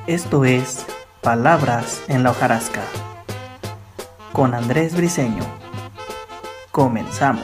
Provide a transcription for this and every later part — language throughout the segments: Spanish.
Esto es Palabras en la hojarasca con Andrés Briceño. Comenzamos.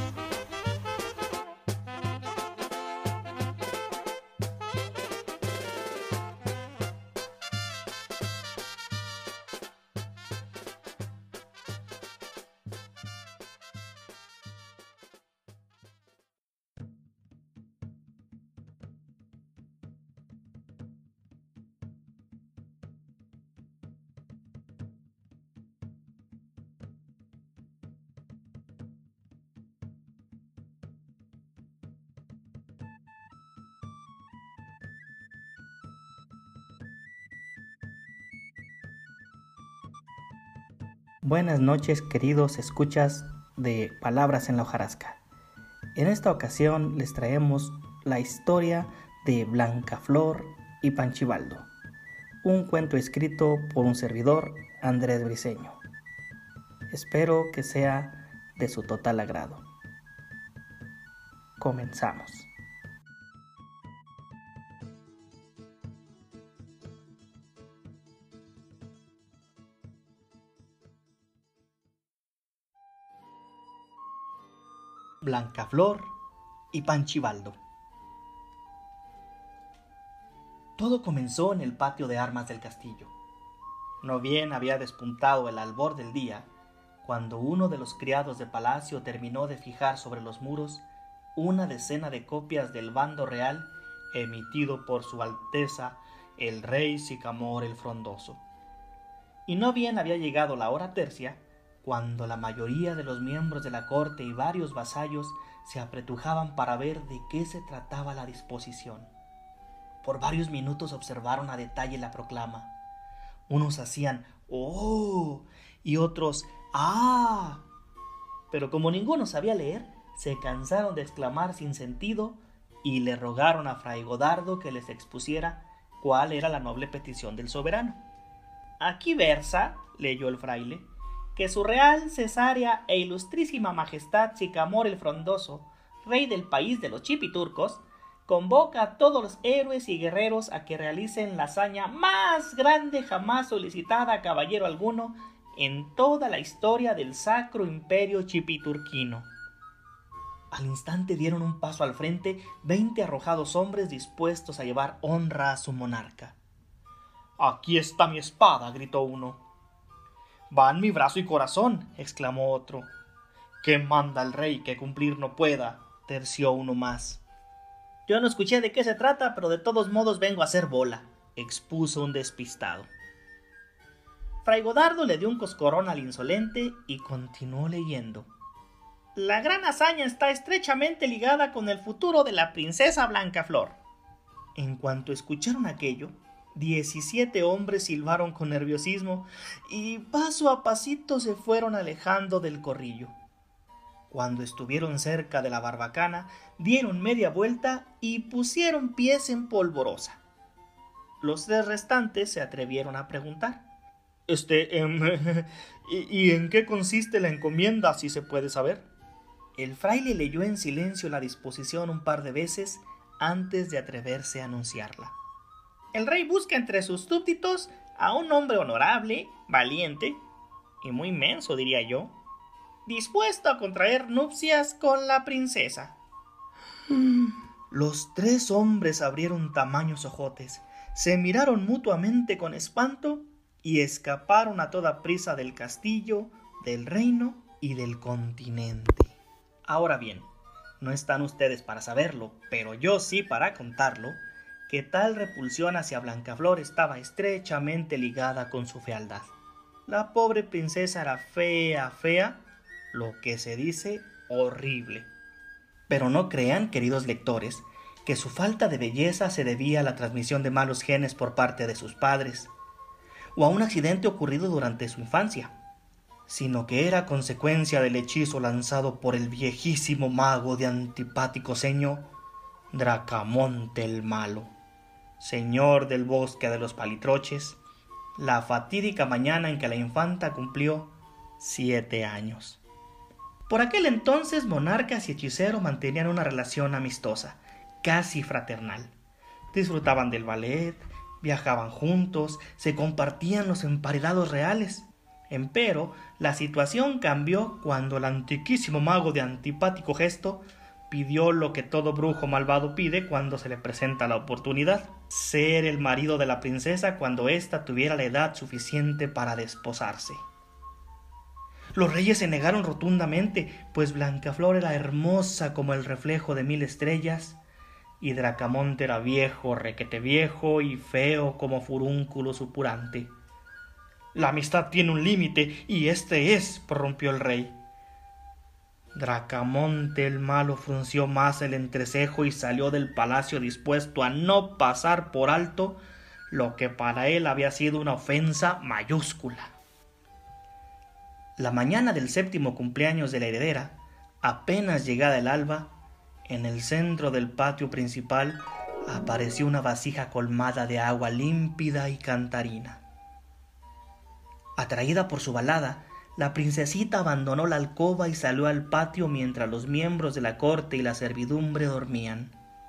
Buenas noches, queridos escuchas de Palabras en la hojarasca. En esta ocasión les traemos la historia de Blancaflor y Panchibaldo, un cuento escrito por un servidor, Andrés Briceño. Espero que sea de su total agrado. Comenzamos. Blancaflor y Panchibaldo. Todo comenzó en el patio de armas del castillo. No bien había despuntado el albor del día, cuando uno de los criados de palacio terminó de fijar sobre los muros una decena de copias del bando real emitido por su Alteza el rey Sicamor el Frondoso. Y no bien había llegado la hora tercia, cuando la mayoría de los miembros de la corte y varios vasallos se apretujaban para ver de qué se trataba la disposición. Por varios minutos observaron a detalle la proclama. Unos hacían ¡oh! Y otros ¡ah! Pero como ninguno sabía leer, se cansaron de exclamar sin sentido y le rogaron a Fray Godardo que les expusiera cuál era la noble petición del soberano. Aquí versa, leyó el fraile, que su real, cesárea e ilustrísima majestad Sicamor el Frondoso, rey del país de los chipiturcos, convoca a todos los héroes y guerreros a que realicen la hazaña más grande jamás solicitada a caballero alguno en toda la historia del sacro imperio chipiturquino. Al instante dieron un paso al frente 20 arrojados hombres dispuestos a llevar honra a su monarca. «Aquí está mi espada», gritó uno. «Van mi brazo y corazón», exclamó otro. «¿Qué manda el rey que cumplir no pueda?», terció uno más. «Yo no escuché de qué se trata, pero de todos modos vengo a hacer bola», expuso un despistado. Fray Godardo le dio un coscorrón al insolente y continuó leyendo. «La gran hazaña está estrechamente ligada con el futuro de la princesa Blancaflor». En cuanto escucharon aquello, 17 hombres silbaron con nerviosismo y paso a pasito se fueron alejando del corrillo. Cuando estuvieron cerca de la barbacana, dieron media vuelta y pusieron pies en polvorosa. Los 3 restantes se atrevieron a preguntar. ¿Y en qué consiste la encomienda, si se puede saber? El fraile leyó en silencio la disposición un par de veces antes de atreverse a anunciarla. El rey busca entre sus súbditos a un hombre honorable, valiente y muy menso, diría yo, dispuesto a contraer nupcias con la princesa. Los 3 hombres abrieron tamaños ojotes, se miraron mutuamente con espanto y escaparon a toda prisa del castillo, del reino y del continente. Ahora bien, no están ustedes para saberlo, pero yo sí para contarlo, que tal repulsión hacia Blancaflor estaba estrechamente ligada con su fealdad. La pobre princesa era fea, lo que se dice horrible. Pero no crean, queridos lectores, que su falta de belleza se debía a la transmisión de malos genes por parte de sus padres, o a un accidente ocurrido durante su infancia, sino que era consecuencia del hechizo lanzado por el viejísimo mago de antipático ceño, Dracamonte el Malo, señor del bosque de los Palitroches, la fatídica mañana en que la infanta cumplió 7 años. Por aquel entonces monarcas y hechicero mantenían una relación amistosa, casi fraternal. Disfrutaban del ballet, Viajaban juntos, se compartían los emparedados reales. Empero, la situación cambió cuando el antiquísimo mago de antipático gesto pidió lo que todo brujo malvado pide cuando se le presenta la oportunidad: ser el marido de la princesa cuando ésta tuviera la edad suficiente para desposarse. Los reyes se negaron rotundamente, pues Blancaflor era hermosa como el reflejo de 1000 estrellas, y Dracamonte era viejo, requete viejo, y feo como furúnculo supurante. La amistad tiene un límite, y este es, prorrumpió el rey. Dracamonte el malo frunció más el entrecejo y salió del palacio dispuesto a no pasar por alto lo que para él había sido una ofensa mayúscula. La mañana del 7º cumpleaños de la heredera, apenas llegada el alba, en el centro del patio principal apareció una vasija colmada de agua límpida y cantarina. Atraída por su balada, la princesita abandonó la alcoba y salió al patio mientras los miembros de la corte y la servidumbre dormían.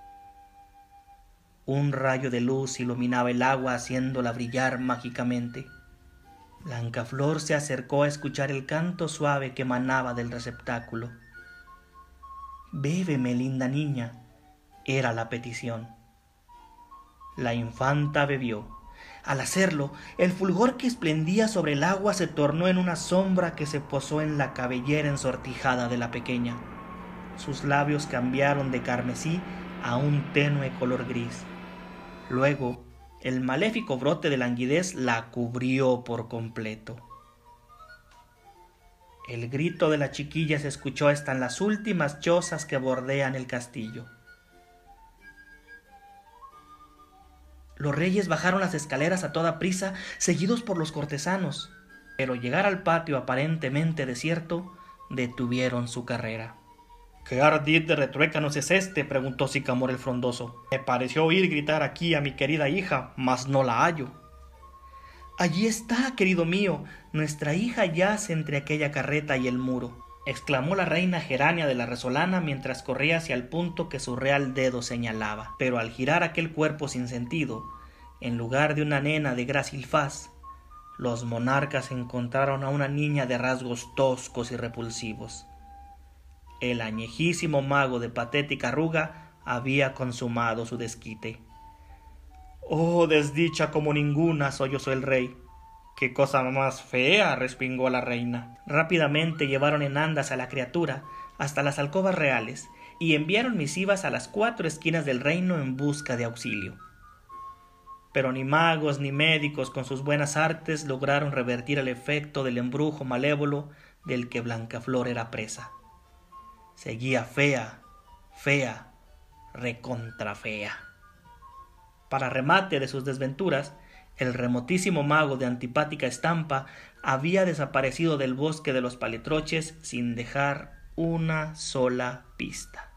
Un rayo de luz iluminaba el agua haciéndola brillar mágicamente. Blancaflor se acercó a escuchar el canto suave que emanaba del receptáculo. «Bébeme, linda niña», era la petición. La infanta bebió. Al hacerlo, el fulgor que esplendía sobre el agua se tornó en una sombra que se posó en la cabellera ensortijada de la pequeña. Sus labios cambiaron de carmesí a un tenue color gris. Luego, el maléfico brote de languidez la cubrió por completo. El grito de la chiquilla se escuchó hasta en las últimas chozas que bordean el castillo. Los reyes bajaron las escaleras a toda prisa, seguidos por los cortesanos, pero al llegar al patio aparentemente desierto, detuvieron su carrera. «¿Qué ardid de retruécanos es este?», preguntó Sicamor el frondoso. «Me pareció oír gritar aquí a mi querida hija, mas no la hallo». «Allí está, querido mío, nuestra hija yace entre aquella carreta y el muro», exclamó la reina Gerania de la Resolana mientras corría hacia el punto que su real dedo señalaba. Pero al girar aquel cuerpo sin sentido, en lugar de una nena de grácil faz, los monarcas encontraron a una niña de rasgos toscos y repulsivos. El añejísimo mago de patética arruga había consumado su desquite. «¡Oh, desdicha como ninguna!», sollozó el rey. «¡Qué cosa más fea!», respingó la reina. Rápidamente llevaron en andas a la criatura hasta las alcobas reales y enviaron misivas a las 4 esquinas del reino en busca de auxilio. Pero ni magos ni médicos con sus buenas artes lograron revertir el efecto del embrujo malévolo del que Blancaflor era presa. Seguía fea, fea, recontrafea. Para remate de sus desventuras, el remotísimo mago de antipática estampa había desaparecido del bosque de los paletroches sin dejar una sola pista.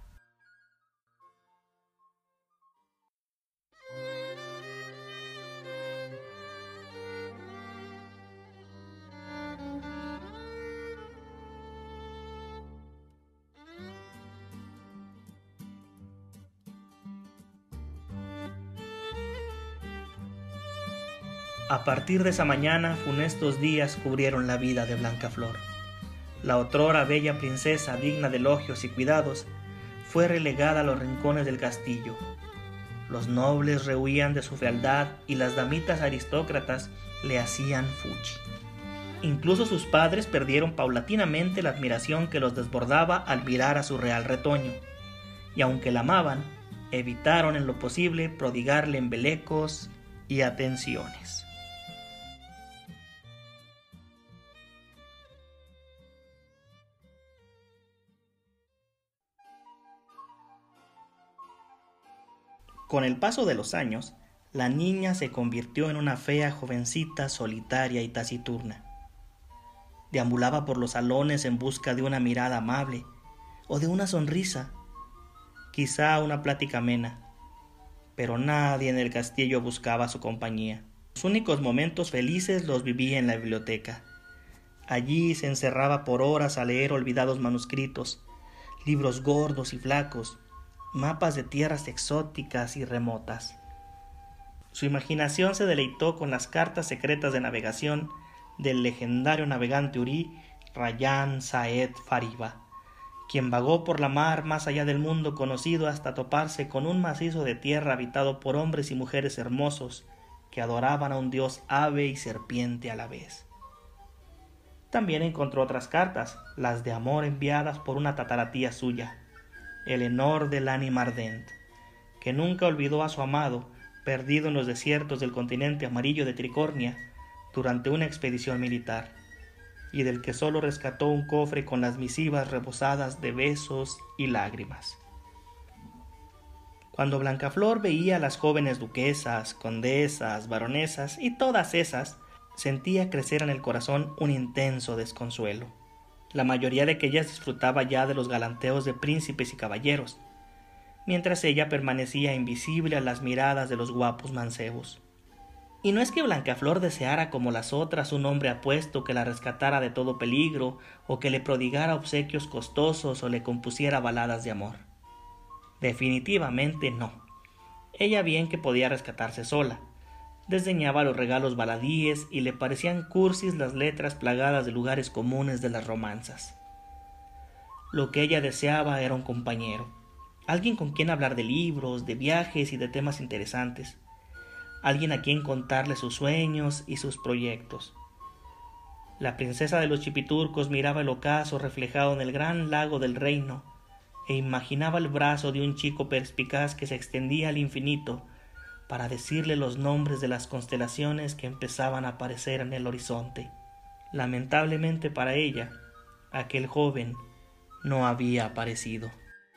A partir de esa mañana, funestos días cubrieron la vida de Blancaflor. La otrora bella princesa, digna de elogios y cuidados, fue relegada a los rincones del castillo. Los nobles rehuían de su fealdad y las damitas aristócratas le hacían fuchi. Incluso sus padres perdieron paulatinamente la admiración que los desbordaba al mirar a su real retoño, y aunque la amaban, evitaron en lo posible prodigarle embelecos y atenciones. Con el paso de los años, la niña se convirtió en una fea jovencita solitaria y taciturna. Deambulaba por los salones en busca de una mirada amable o de una sonrisa, quizá una plática amena, pero nadie en el castillo buscaba su compañía. Los únicos momentos felices los vivía en la biblioteca. Allí se encerraba por horas a leer olvidados manuscritos, libros gordos y flacos, mapas de tierras exóticas y remotas. Su imaginación se deleitó con las cartas secretas de navegación del legendario navegante hurí Rayán Saed Fariba, quien vagó por la mar más allá del mundo conocido hasta toparse con un macizo de tierra habitado por hombres y mujeres hermosos que adoraban a un dios ave y serpiente a la vez. También encontró otras cartas, las de amor enviadas por una tataratía suya, Elenor del ánima ardent, que nunca olvidó a su amado, perdido en los desiertos del continente amarillo de Tricornia durante una expedición militar, y del que solo rescató un cofre con las misivas rebosadas de besos y lágrimas. Cuando Blancaflor veía a las jóvenes duquesas, condesas, baronesas y todas esas, sentía crecer en el corazón un intenso desconsuelo. La mayoría de aquellas disfrutaba ya de los galanteos de príncipes y caballeros, mientras ella permanecía invisible a las miradas de los guapos mancebos. Y no es que Blancaflor deseara como las otras un hombre apuesto que la rescatara de todo peligro, o que le prodigara obsequios costosos o le compusiera baladas de amor. Definitivamente no. Ella bien que podía rescatarse sola. Desdeñaba los regalos baladíes y le parecían cursis las letras plagadas de lugares comunes de las romanzas. Lo que ella deseaba era un compañero, alguien con quien hablar de libros, de viajes y de temas interesantes, alguien a quien contarle sus sueños y sus proyectos. La princesa de los chipiturcos miraba el ocaso reflejado en el gran lago del reino e imaginaba el brazo de un chico perspicaz que se extendía al infinito para decirle los nombres de las constelaciones que empezaban a aparecer en el horizonte. Lamentablemente para ella, aquel joven no había aparecido.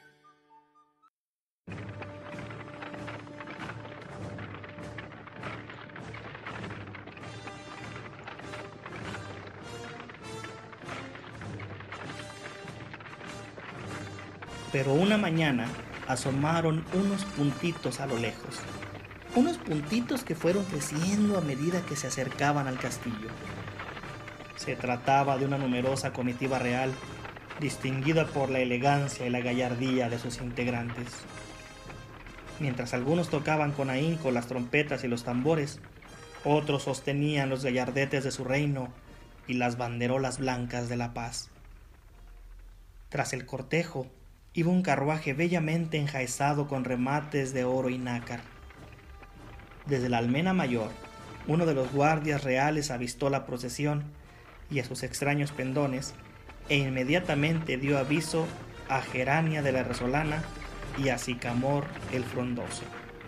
Pero una mañana asomaron unos puntitos a lo lejos, unos puntitos que fueron creciendo a medida que se acercaban al castillo. Se trataba de una numerosa comitiva real, distinguida por la elegancia y la gallardía de sus integrantes. Mientras algunos tocaban con ahínco las trompetas y los tambores, otros sostenían los gallardetes de su reino y las banderolas blancas de la paz. Tras el cortejo, iba un carruaje bellamente enjaezado con remates de oro y nácar. Desde la almena mayor, uno de los guardias reales avistó la procesión y a sus extraños pendones, e inmediatamente dio aviso a Gerania de la Resolana y a Sicamor el Frondoso.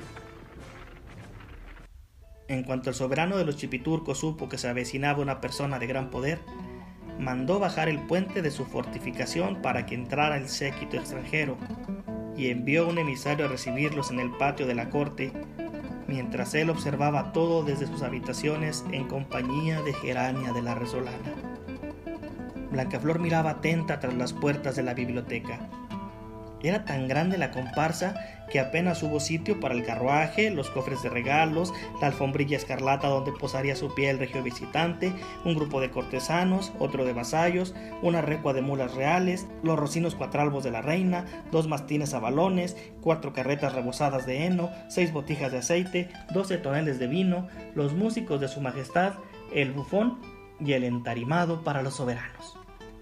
En cuanto el soberano de los chipiturcos supo que se avecinaba una persona de gran poder, mandó bajar el puente de su fortificación para que entrara el séquito extranjero, y envió un emisario a recibirlos en el patio de la corte, mientras él observaba todo desde sus habitaciones en compañía de Gerania de la Resolana. Blancaflor miraba atenta tras las puertas de la biblioteca. Era tan grande la comparsa que apenas hubo sitio para el carruaje, los cofres de regalos, la alfombrilla escarlata donde posaría su pie el regio visitante, un grupo de cortesanos, otro de vasallos, una recua de mulas reales, los rocinos cuatralbos de la reina, 2 mastines avalones, 4 carretas rebosadas de heno, 6 botijas de aceite, 12 toneles de vino, los músicos de su majestad, el bufón y el entarimado para los soberanos.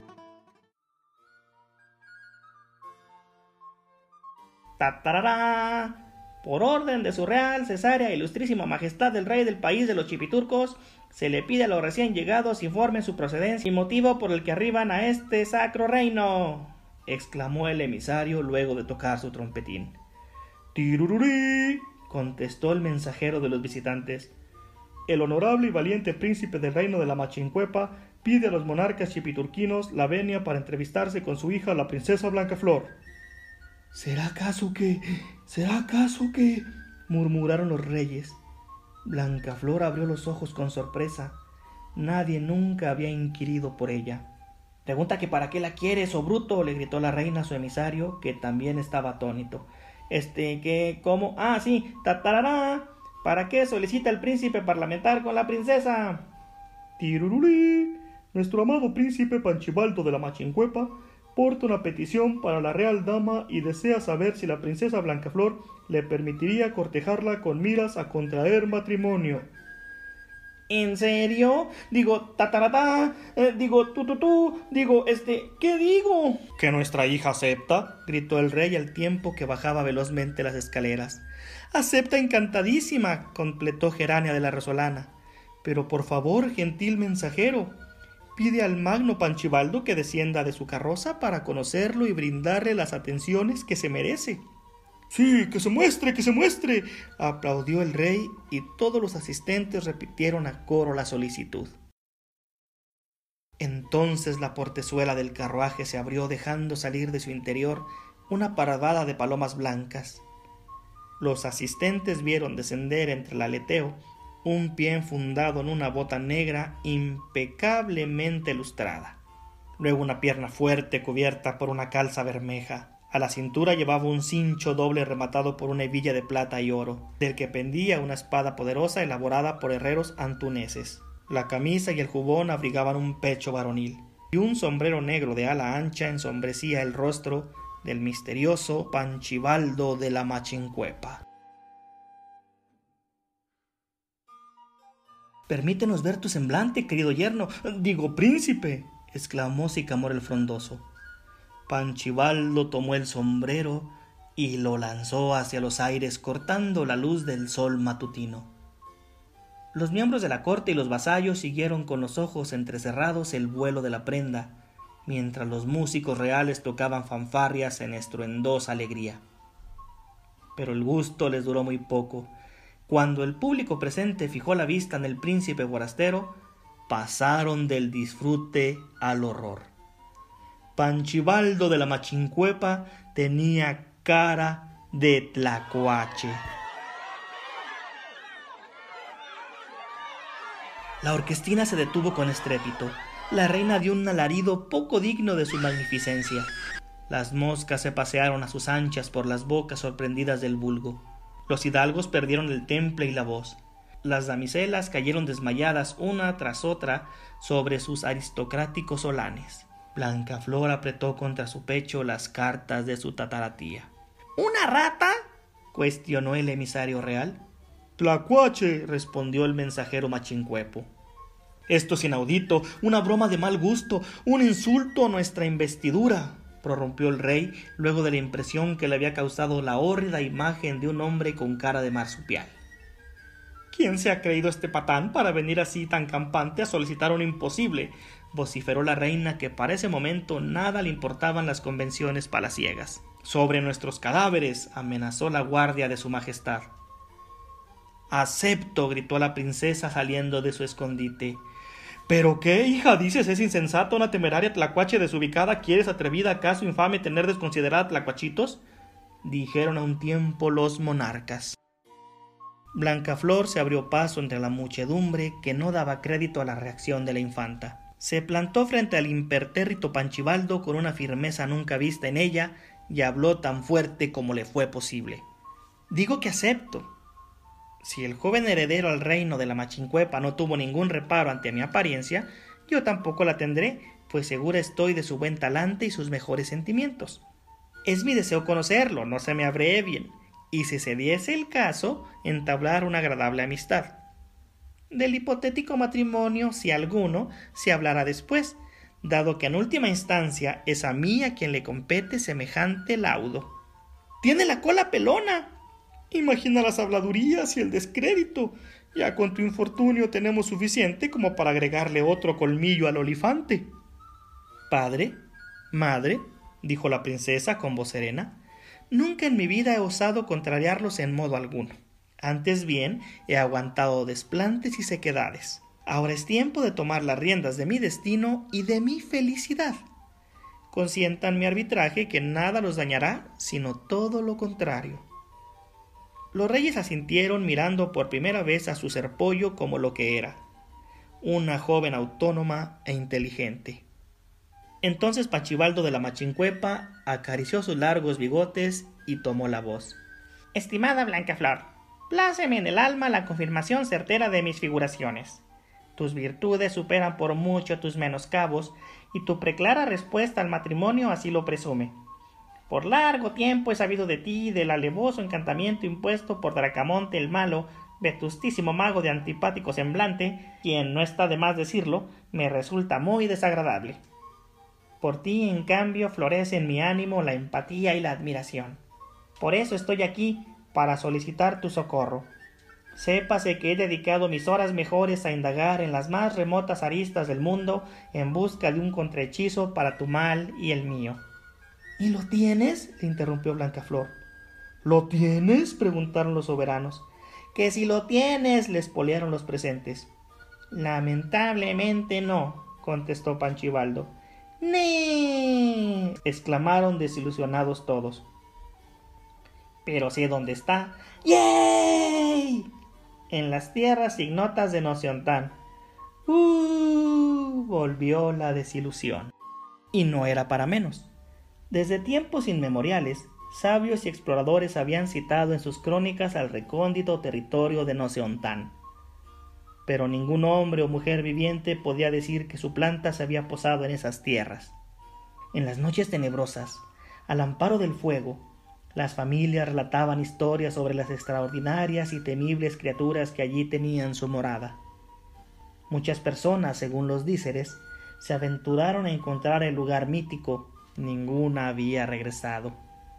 ¡Tatarará! Por orden de su real, cesárea e ilustrísima majestad el rey del país de los chipiturcos, se le pide a los recién llegados informen su procedencia y motivo por el que arriban a este sacro reino, exclamó el emisario luego de tocar su trompetín. ¡Tirururí!, contestó el mensajero de los visitantes. El honorable y valiente príncipe del reino de la Machincuepa pide a los monarcas chipiturquinos la venia para entrevistarse con su hija la princesa Blancaflor. ¿Será acaso que? Murmuraron los reyes. Blancaflor abrió los ojos con sorpresa. Nadie nunca había inquirido por ella. Pregunta que para qué la quieres, oh bruto, le gritó la reina a su emisario, que también estaba atónito. ¿Cómo? Ah, sí, tatarará. ¿Para qué solicita el príncipe parlamentar con la princesa? Tirururí. Nuestro amado príncipe Panchibaldo de la Machincuepa porta una petición para la real dama y desea saber si la princesa Blancaflor le permitiría cortejarla con miras a contraer matrimonio. ¿En serio? Digo, tataratá, digo, ¿qué digo? ¿Que nuestra hija acepta?, gritó el rey al tiempo que bajaba velozmente las escaleras. Acepta encantadísima, completó Gerania de la Resolana. Pero por favor, gentil mensajero, pide al magno Panchibaldo que descienda de su carroza para conocerlo y brindarle las atenciones que se merece. Sí, que se muestre, aplaudió el rey y todos los asistentes repitieron a coro la solicitud. Entonces la portezuela del carruaje se abrió dejando salir de su interior una parvada de palomas blancas. Los asistentes vieron descender entre el aleteo un pie enfundado en una bota negra impecablemente lustrada. Luego una pierna fuerte cubierta por una calza bermeja. A la cintura llevaba un cincho doble rematado por una hebilla de plata y oro, del que pendía una espada poderosa elaborada por herreros antuneses. La camisa y el jubón abrigaban un pecho varonil, y un sombrero negro de ala ancha ensombrecía el rostro del misterioso Panchibaldo de la Machincuepa. «Permítenos ver tu semblante, querido yerno, digo príncipe», exclamó Sicamor el frondoso. Panchibaldo tomó el sombrero y lo lanzó hacia los aires cortando la luz del sol matutino. Los miembros de la corte y los vasallos siguieron con los ojos entrecerrados el vuelo de la prenda, mientras los músicos reales tocaban fanfarrias en estruendosa alegría. Pero el gusto les duró muy poco. Cuando el público presente fijó la vista en el príncipe forastero, pasaron del disfrute al horror. Panchibaldo de la Machincuepa tenía cara de tlacuache. La orquestina se detuvo con estrépito. La reina dio un alarido poco digno de su magnificencia. Las moscas se pasearon a sus anchas por las bocas sorprendidas del vulgo. Los hidalgos perdieron el temple y la voz. Las damiselas cayeron desmayadas una tras otra sobre sus aristocráticos solanes. Blancaflor apretó contra su pecho las cartas de su tataratía. ¿Una rata?, cuestionó el emisario real. «Tlacuache», respondió el mensajero machincuepo. «Esto es inaudito, una broma de mal gusto, un insulto a nuestra investidura», prorrumpió el rey, luego de la impresión que le había causado la hórrida imagen de un hombre con cara de marsupial. «¿Quién se ha creído este patán para venir así tan campante a solicitar un imposible?», vociferó la reina, que para ese momento nada le importaban las convenciones palaciegas. «Sobre nuestros cadáveres», amenazó la guardia de su majestad. «Acepto», gritó la princesa saliendo de su escondite. «¿Pero qué, hija, dices? ¿Es insensata una temeraria tlacuache desubicada? ¿Quieres, atrevida, acaso infame, tener desconsiderada tlacuachitos?», dijeron a un tiempo los monarcas. Blancaflor se abrió paso entre la muchedumbre que no daba crédito a la reacción de la infanta. Se plantó frente al impertérrito Panchibaldo con una firmeza nunca vista en ella y habló tan fuerte como le fue posible. «Digo que acepto. Si el joven heredero al reino de la Machincuepa no tuvo ningún reparo ante mi apariencia, yo tampoco la tendré, pues segura estoy de su buen talante y sus mejores sentimientos. Es mi deseo conocerlo, no se me abrevien, y si se diese el caso, entablar una agradable amistad. Del hipotético matrimonio, si alguno, se hablará después, dado que en última instancia es a mí a quien le compete semejante laudo». «¡Tiene la cola pelona!». «Imagina las habladurías y el descrédito. Ya con tu infortunio tenemos suficiente como para agregarle otro colmillo al olifante». «Padre, madre», dijo la princesa con voz serena, «nunca en mi vida he osado contrariarlos en modo alguno. Antes bien, he aguantado desplantes y sequedades. Ahora es tiempo de tomar las riendas de mi destino y de mi felicidad. Consientan mi arbitraje, que nada los dañará, sino todo lo contrario». Los reyes asintieron, mirando por primera vez a su serpollo como lo que era, una joven autónoma e inteligente. Entonces Panchibaldo de la Machincuepa acarició sus largos bigotes y tomó la voz. «Estimada Blancaflor, pláceme en el alma la confirmación certera de mis figuraciones. Tus virtudes superan por mucho tus menoscabos, y tu preclara respuesta al matrimonio así lo presume. Por largo tiempo he sabido de ti y del alevoso encantamiento impuesto por Dracamonte el malo, vetustísimo mago de antipático semblante, quien, no está de más decirlo, me resulta muy desagradable. Por ti, en cambio, florece en mi ánimo la empatía y la admiración. Por eso estoy aquí, para solicitar tu socorro. Sépase que he dedicado mis horas mejores a indagar en las más remotas aristas del mundo en busca de un contrahechizo para tu mal y el mío. ¿Y lo tienes?, le interrumpió Blancaflor. ¿Lo tienes?, preguntaron los soberanos. Que si lo tienes, les poliaron los presentes. Lamentablemente no, contestó Panchibaldo. ¡Nee!, exclamaron desilusionados todos. Pero sé dónde está. ¡Yey! En las tierras ignotas de Nociontán. Volvió la desilusión. Y no era para menos. Desde tiempos inmemoriales, sabios y exploradores habían citado en sus crónicas al recóndito territorio de Nociontán. Pero ningún hombre o mujer viviente podía decir que su planta se había posado en esas tierras. En las noches tenebrosas, al amparo del fuego, las familias relataban historias sobre las extraordinarias y temibles criaturas que allí tenían su morada. Muchas personas, según los díceres, se aventuraron a encontrar el lugar mítico. Ninguna había regresado.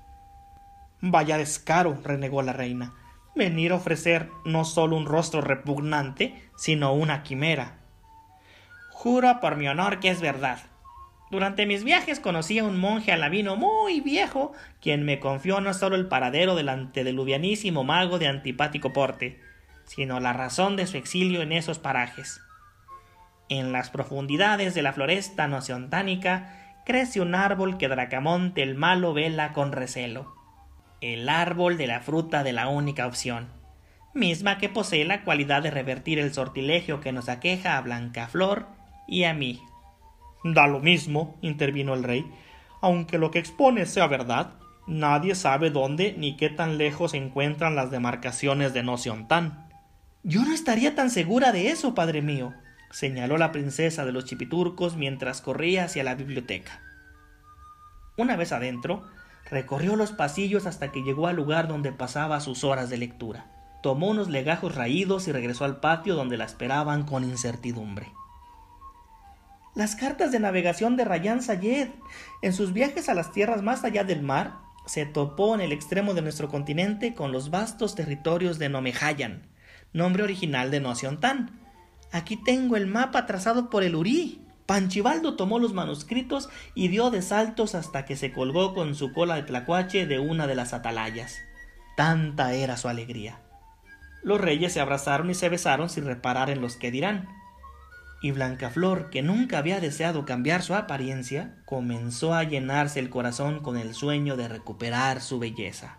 Vaya descaro, renegó la reina, venir a ofrecer no solo un rostro repugnante, sino una quimera. Juro por mi honor que es verdad. Durante mis viajes conocí a un monje alabino muy viejo, quien me confió no solo el paradero del antediluvianísimo mago de antipático porte, sino la razón de su exilio en esos parajes. En las profundidades de la floresta nociontánica crece un árbol que Dracamonte el malo vela con recelo. El árbol de la fruta de la única opción, misma que posee la cualidad de revertir el sortilegio que nos aqueja a Blancaflor y a mí. Da lo mismo, intervino el rey, aunque lo que expone sea verdad, nadie sabe dónde ni qué tan lejos se encuentran las demarcaciones de Nociontán. Yo no estaría tan segura de eso, padre mío, señaló la princesa de los chipiturcos mientras corría hacia la biblioteca. Una vez adentro, recorrió los pasillos hasta que llegó al lugar donde pasaba sus horas de lectura. Tomó unos legajos raídos y regresó al patio donde la esperaban con incertidumbre. Las cartas de navegación de Rayán Sayed. En sus viajes a las tierras más allá del mar, se topó en el extremo de nuestro continente con los vastos territorios de Nomehayan, nombre original de Nociontán. Aquí tengo el mapa trazado por el Urí. Panchibaldo tomó los manuscritos y dio de saltos hasta que se colgó con su cola de tlacuache de una de las atalayas. Tanta era su alegría. Los reyes se abrazaron y se besaron sin reparar en los que dirán. Y Blancaflor, que nunca había deseado cambiar su apariencia, comenzó a llenarse el corazón con el sueño de recuperar su belleza.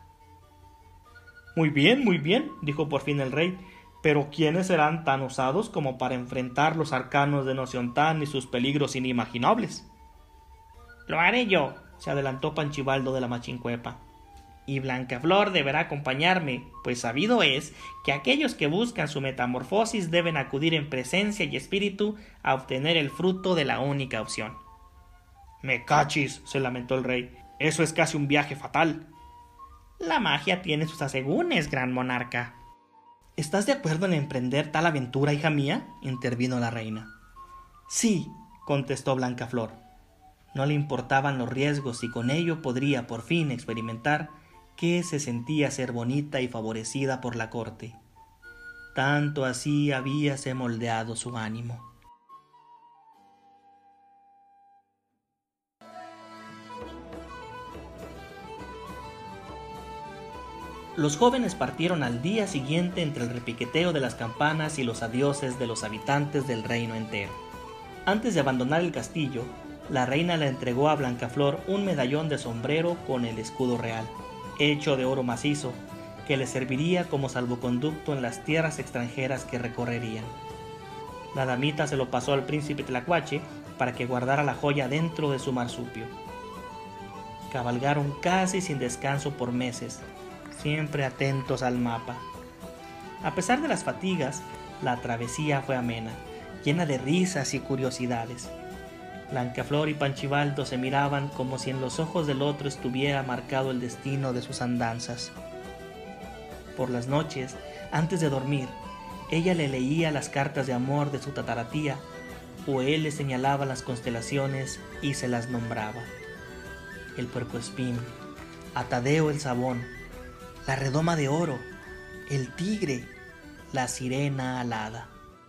Muy bien, dijo por fin el rey, pero ¿quiénes serán tan osados como para enfrentar los arcanos de Nociontán y sus peligros inimaginables? Lo haré yo, se adelantó Panchibaldo de la Machincuepa. Y Blancaflor deberá acompañarme, pues sabido es que aquellos que buscan su metamorfosis deben acudir en presencia y espíritu a obtener el fruto de la única opción. Me cachis, se lamentó el rey, eso es casi un viaje fatal. La magia tiene sus asegúnes, gran monarca. ¿Estás de acuerdo en emprender tal aventura, hija mía?, intervino la reina. Sí, contestó Blancaflor. No le importaban los riesgos y con ello podría por fin experimentar que se sentía ser bonita y favorecida por la corte. Tanto así habíase moldeado su ánimo. Los jóvenes partieron al día siguiente entre el repiqueteo de las campanas y los adioses de los habitantes del reino entero. Antes de abandonar el castillo, la reina le entregó a Blancaflor un medallón de sombrero con el escudo real, hecho de oro macizo, que le serviría como salvoconducto en las tierras extranjeras que recorrerían. La damita se lo pasó al príncipe Tlacuache para que guardara la joya dentro de su marsupio. Cabalgaron casi sin descanso por meses, siempre atentos al mapa. A pesar de las fatigas, la travesía fue amena, llena de risas y curiosidades. Blancaflor y Panchibaldo se miraban como si en los ojos del otro estuviera marcado el destino de sus andanzas. Por las noches, antes de dormir, ella le leía las cartas de amor de su tataratía, o él le señalaba las constelaciones y se las nombraba. El puercoespín, a Tadeo el Sabón, la redoma de oro, el tigre, la sirena alada.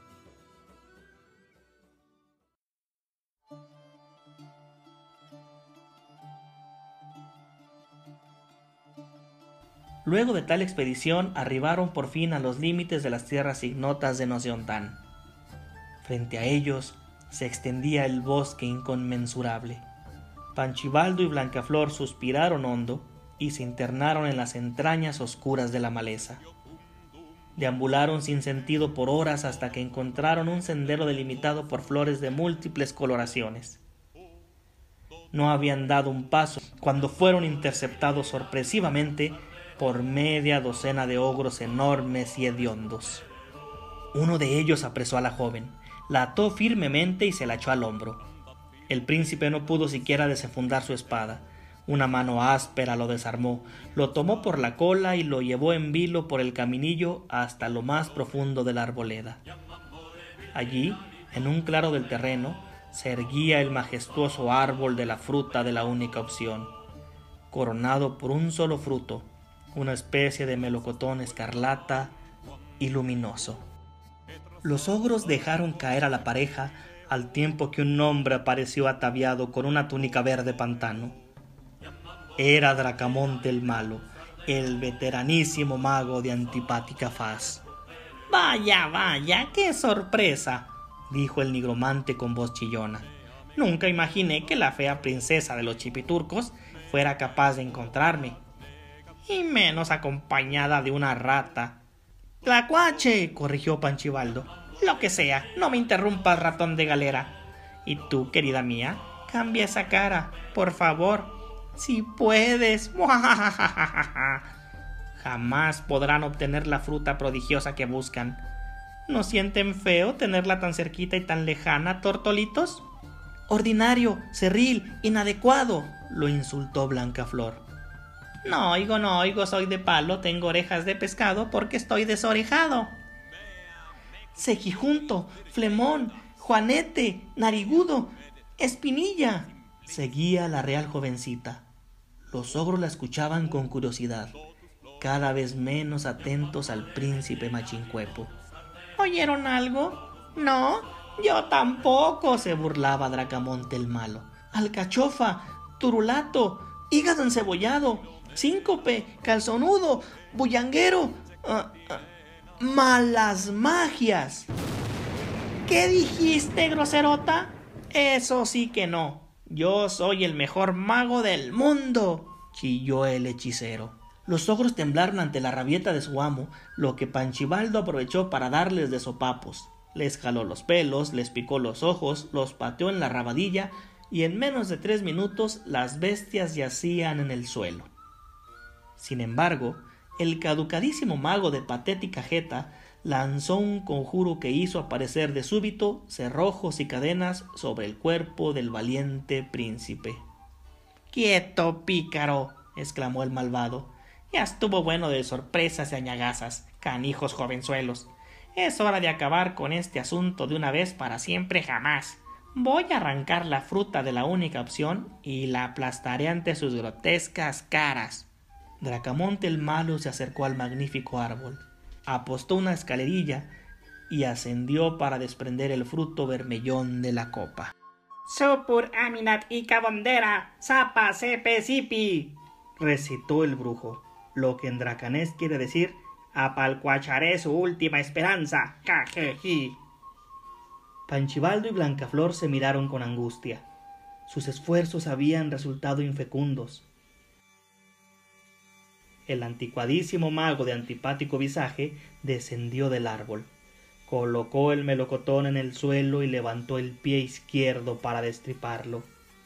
Luego de tal expedición arribaron por fin a los límites de las tierras ignotas de Noceontán. Frente a ellos se extendía el bosque inconmensurable. Panchibaldo y Blancaflor suspiraron hondo y se internaron en las entrañas oscuras de la maleza. Deambularon sin sentido por horas hasta que encontraron un sendero delimitado por flores de múltiples coloraciones. No habían dado un paso cuando fueron interceptados sorpresivamente por media docena de ogros enormes y hediondos. Uno de ellos apresó a la joven, la ató firmemente y se la echó al hombro. El príncipe no pudo siquiera desenfundar su espada. Una mano áspera lo desarmó, lo tomó por la cola y lo llevó en vilo por el caminillo hasta lo más profundo de la arboleda. Allí, en un claro del terreno, se erguía el majestuoso árbol de la fruta de la única opción, coronado por un solo fruto, una especie de melocotón escarlata y luminoso. Los ogros dejaron caer a la pareja al tiempo que un hombre apareció ataviado con una túnica verde pantano. Era Dracamonte el Malo, el veteranísimo mago de antipática faz. «Vaya, vaya, qué sorpresa», dijo el nigromante con voz chillona. «Nunca imaginé que la fea princesa de los chipiturcos fuera capaz de encontrarme. Y menos acompañada de una rata». «Tlacuache», corrigió Panchibaldo. «Lo que sea, no me interrumpas, ratón de galera. Y tú, querida mía, cambia esa cara, por favor. Si puedes». «Jamás podrán obtener la fruta prodigiosa que buscan. ¿No sienten feo tenerla tan cerquita y tan lejana, tortolitos?» «Ordinario, cerril, inadecuado», lo insultó Blancaflor. No oigo, soy de palo, tengo orejas de pescado porque estoy desorejado». «Cejijunto, flemón, juanete, narigudo, espinilla», seguía la real jovencita. Los ogros la escuchaban con curiosidad, cada vez menos atentos al príncipe Machincuepo. «¿Oyeron algo? No, yo tampoco», se burlaba Dracamonte el Malo. «Alcachofa, turulato, hígado encebollado, síncope, calzonudo, bullanguero, malas magias». «¿Qué dijiste, groserota? Eso sí que no. Yo soy el mejor mago del mundo», chilló el hechicero. Los ogros temblaron ante la rabieta de su amo, lo que Panchibaldo aprovechó para darles de sopapos. Les jaló los pelos, les picó los ojos, los pateó en la rabadilla y en menos de 3 minutos las bestias yacían en el suelo. Sin embargo, el caducadísimo mago de patética jeta lanzó un conjuro que hizo aparecer de súbito cerrojos y cadenas sobre el cuerpo del valiente príncipe. «¡Quieto, pícaro!», exclamó el malvado. «Ya estuvo bueno de sorpresas y añagazas, canijos jovenzuelos. Es hora de acabar con este asunto de una vez para siempre jamás. Voy a arrancar la fruta de la única opción y la aplastaré ante sus grotescas caras». Dracamonte el Malo se acercó al magnífico árbol, apostó una escalerilla y ascendió para desprender el fruto vermellón de la copa. «Supur aminat y cabondera, zapa sepe sipi», recitó el brujo, lo que en dracanés quiere decir «apalcuacharé su última esperanza, cajeji». Panchibaldo y Blancaflor se miraron con angustia. Sus esfuerzos habían resultado infecundos. El anticuadísimo mago de antipático visaje descendió del árbol, colocó el melocotón en el suelo y levantó el pie izquierdo para destriparlo.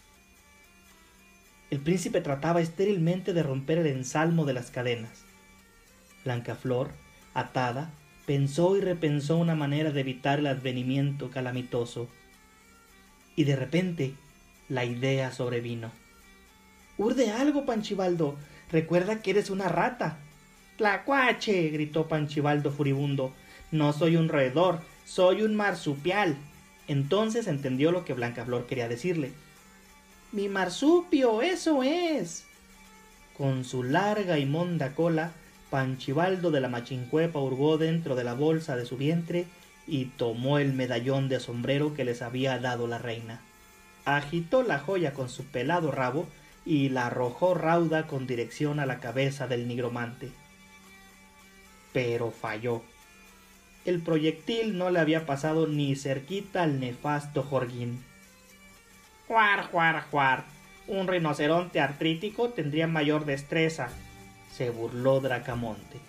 El príncipe trataba estérilmente de romper el ensalmo de las cadenas. Blancaflor, atada, Pensó y repensó una manera de evitar el advenimiento calamitoso. Y de repente, la idea sobrevino. «Urde algo, Panchibaldo. Recuerda que eres una rata». «¡Tlacuache!», gritó Panchibaldo furibundo. «No soy un roedor, soy un marsupial». Entonces entendió lo que Blancaflor quería decirle. «¡Mi marsupio, eso es!». Con su larga y monda cola, Panchibaldo de la Machincuepa hurgó dentro de la bolsa de su vientre y tomó el medallón de sombrero que les había dado la reina. Agitó la joya con su pelado rabo y la arrojó rauda con dirección a la cabeza del nigromante. Pero falló. El proyectil no le había pasado ni cerquita al nefasto Jorguín. «Juar, juar, juar. Un rinoceronte artrítico tendría mayor destreza», se burló Dracamonte.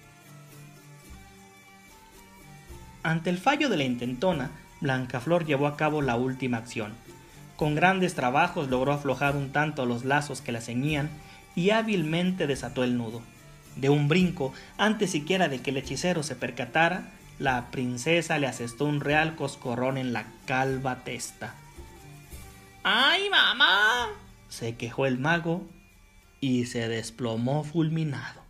Ante el fallo de la intentona, Blancaflor llevó a cabo la última acción. Con grandes trabajos logró aflojar un tanto los lazos que la ceñían y hábilmente desató el nudo. De un brinco, antes siquiera de que el hechicero se percatara, la princesa le asestó un real coscorrón en la calva testa. «¡Ay, mamá!», se quejó el mago y se desplomó fulminado.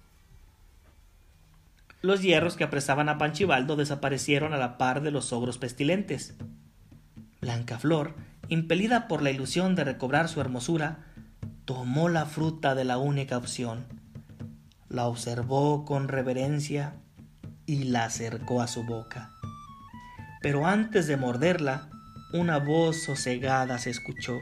Los hierros que apresaban a Panchibaldo desaparecieron a la par de los ogros pestilentes. Blancaflor, impelida por la ilusión de recobrar su hermosura, tomó la fruta de la única opción, la observó con reverencia y la acercó a su boca. Pero antes de morderla, una voz sosegada se escuchó.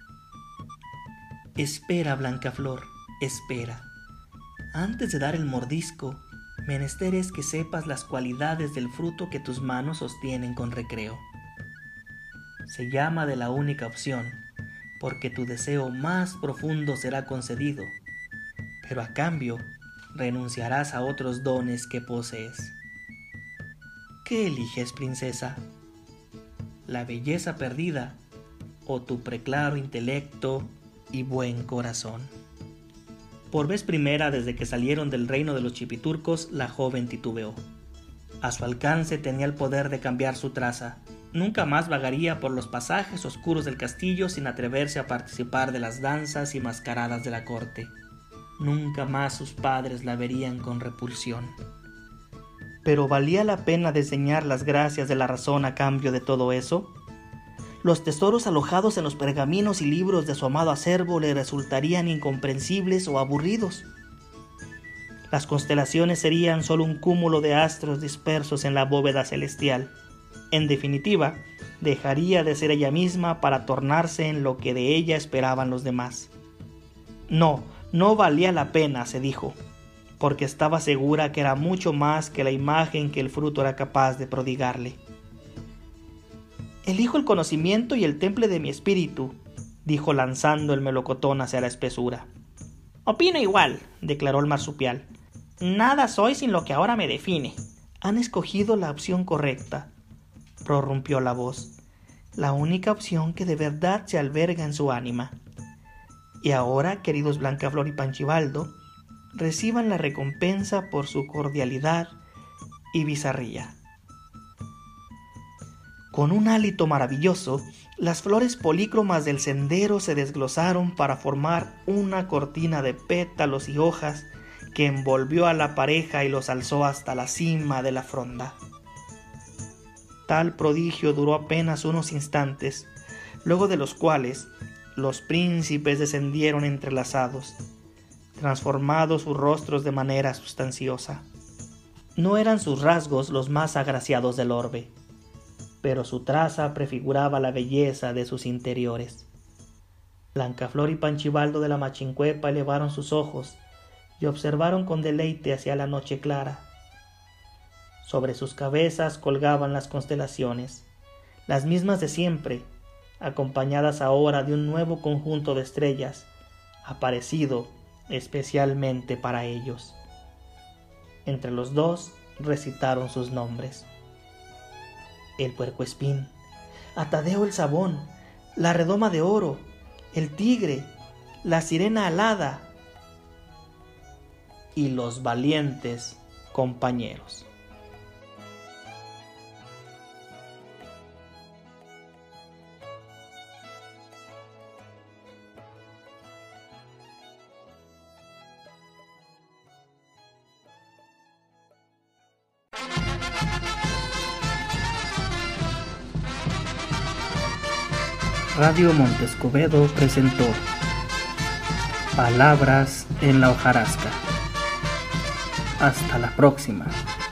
«Espera, Blancaflor, espera. Antes de dar el mordisco, menester es que sepas las cualidades del fruto que tus manos sostienen con recreo. Se llama de la única opción, porque tu deseo más profundo será concedido, pero a cambio renunciarás a otros dones que posees. ¿Qué eliges, princesa? ¿La belleza perdida o tu preclaro intelecto y buen corazón?» Por vez primera desde que salieron del reino de los chipiturcos, la joven titubeó. A su alcance tenía el poder de cambiar su traza. Nunca más vagaría por los pasajes oscuros del castillo sin atreverse a participar de las danzas y mascaradas de la corte. Nunca más sus padres la verían con repulsión. ¿Pero valía la pena desdeñar las gracias de la razón a cambio de todo eso? Los tesoros alojados en los pergaminos y libros de su amado acervo le resultarían incomprensibles o aburridos. Las constelaciones serían solo un cúmulo de astros dispersos en la bóveda celestial. En definitiva, dejaría de ser ella misma para tornarse en lo que de ella esperaban los demás. No valía la pena, se dijo, porque estaba segura que era mucho más que la imagen que el fruto era capaz de prodigarle. «Elijo el conocimiento y el temple de mi espíritu», dijo lanzando el melocotón hacia la espesura. «Opino igual», declaró el marsupial. «Nada soy sin lo que ahora me define». «Han escogido la opción correcta», prorrumpió la voz, «la única opción que de verdad se alberga en su ánima. Y ahora, queridos Blancaflor y Panchibaldo, reciban la recompensa por su cordialidad y bizarría». Con un hálito maravilloso, las flores polícromas del sendero se desglosaron para formar una cortina de pétalos y hojas que envolvió a la pareja y los alzó hasta la cima de la fronda. Tal prodigio duró apenas unos instantes, luego de los cuales los príncipes descendieron entrelazados, transformados sus rostros de manera sustanciosa. No eran sus rasgos los más agraciados del orbe, pero su traza prefiguraba la belleza de sus interiores. Blancaflor y Panchibaldo de la Machincuepa elevaron sus ojos y observaron con deleite hacia la noche clara. Sobre sus cabezas colgaban las constelaciones, las mismas de siempre, acompañadas ahora de un nuevo conjunto de estrellas, aparecido especialmente para ellos. Entre los dos recitaron sus nombres: el puercoespín, a Tadeo el Sabón, la redoma de oro, el tigre, la sirena alada y los valientes compañeros. Radio Montescobedo presentó Palabras en la hojarasca. Hasta la próxima.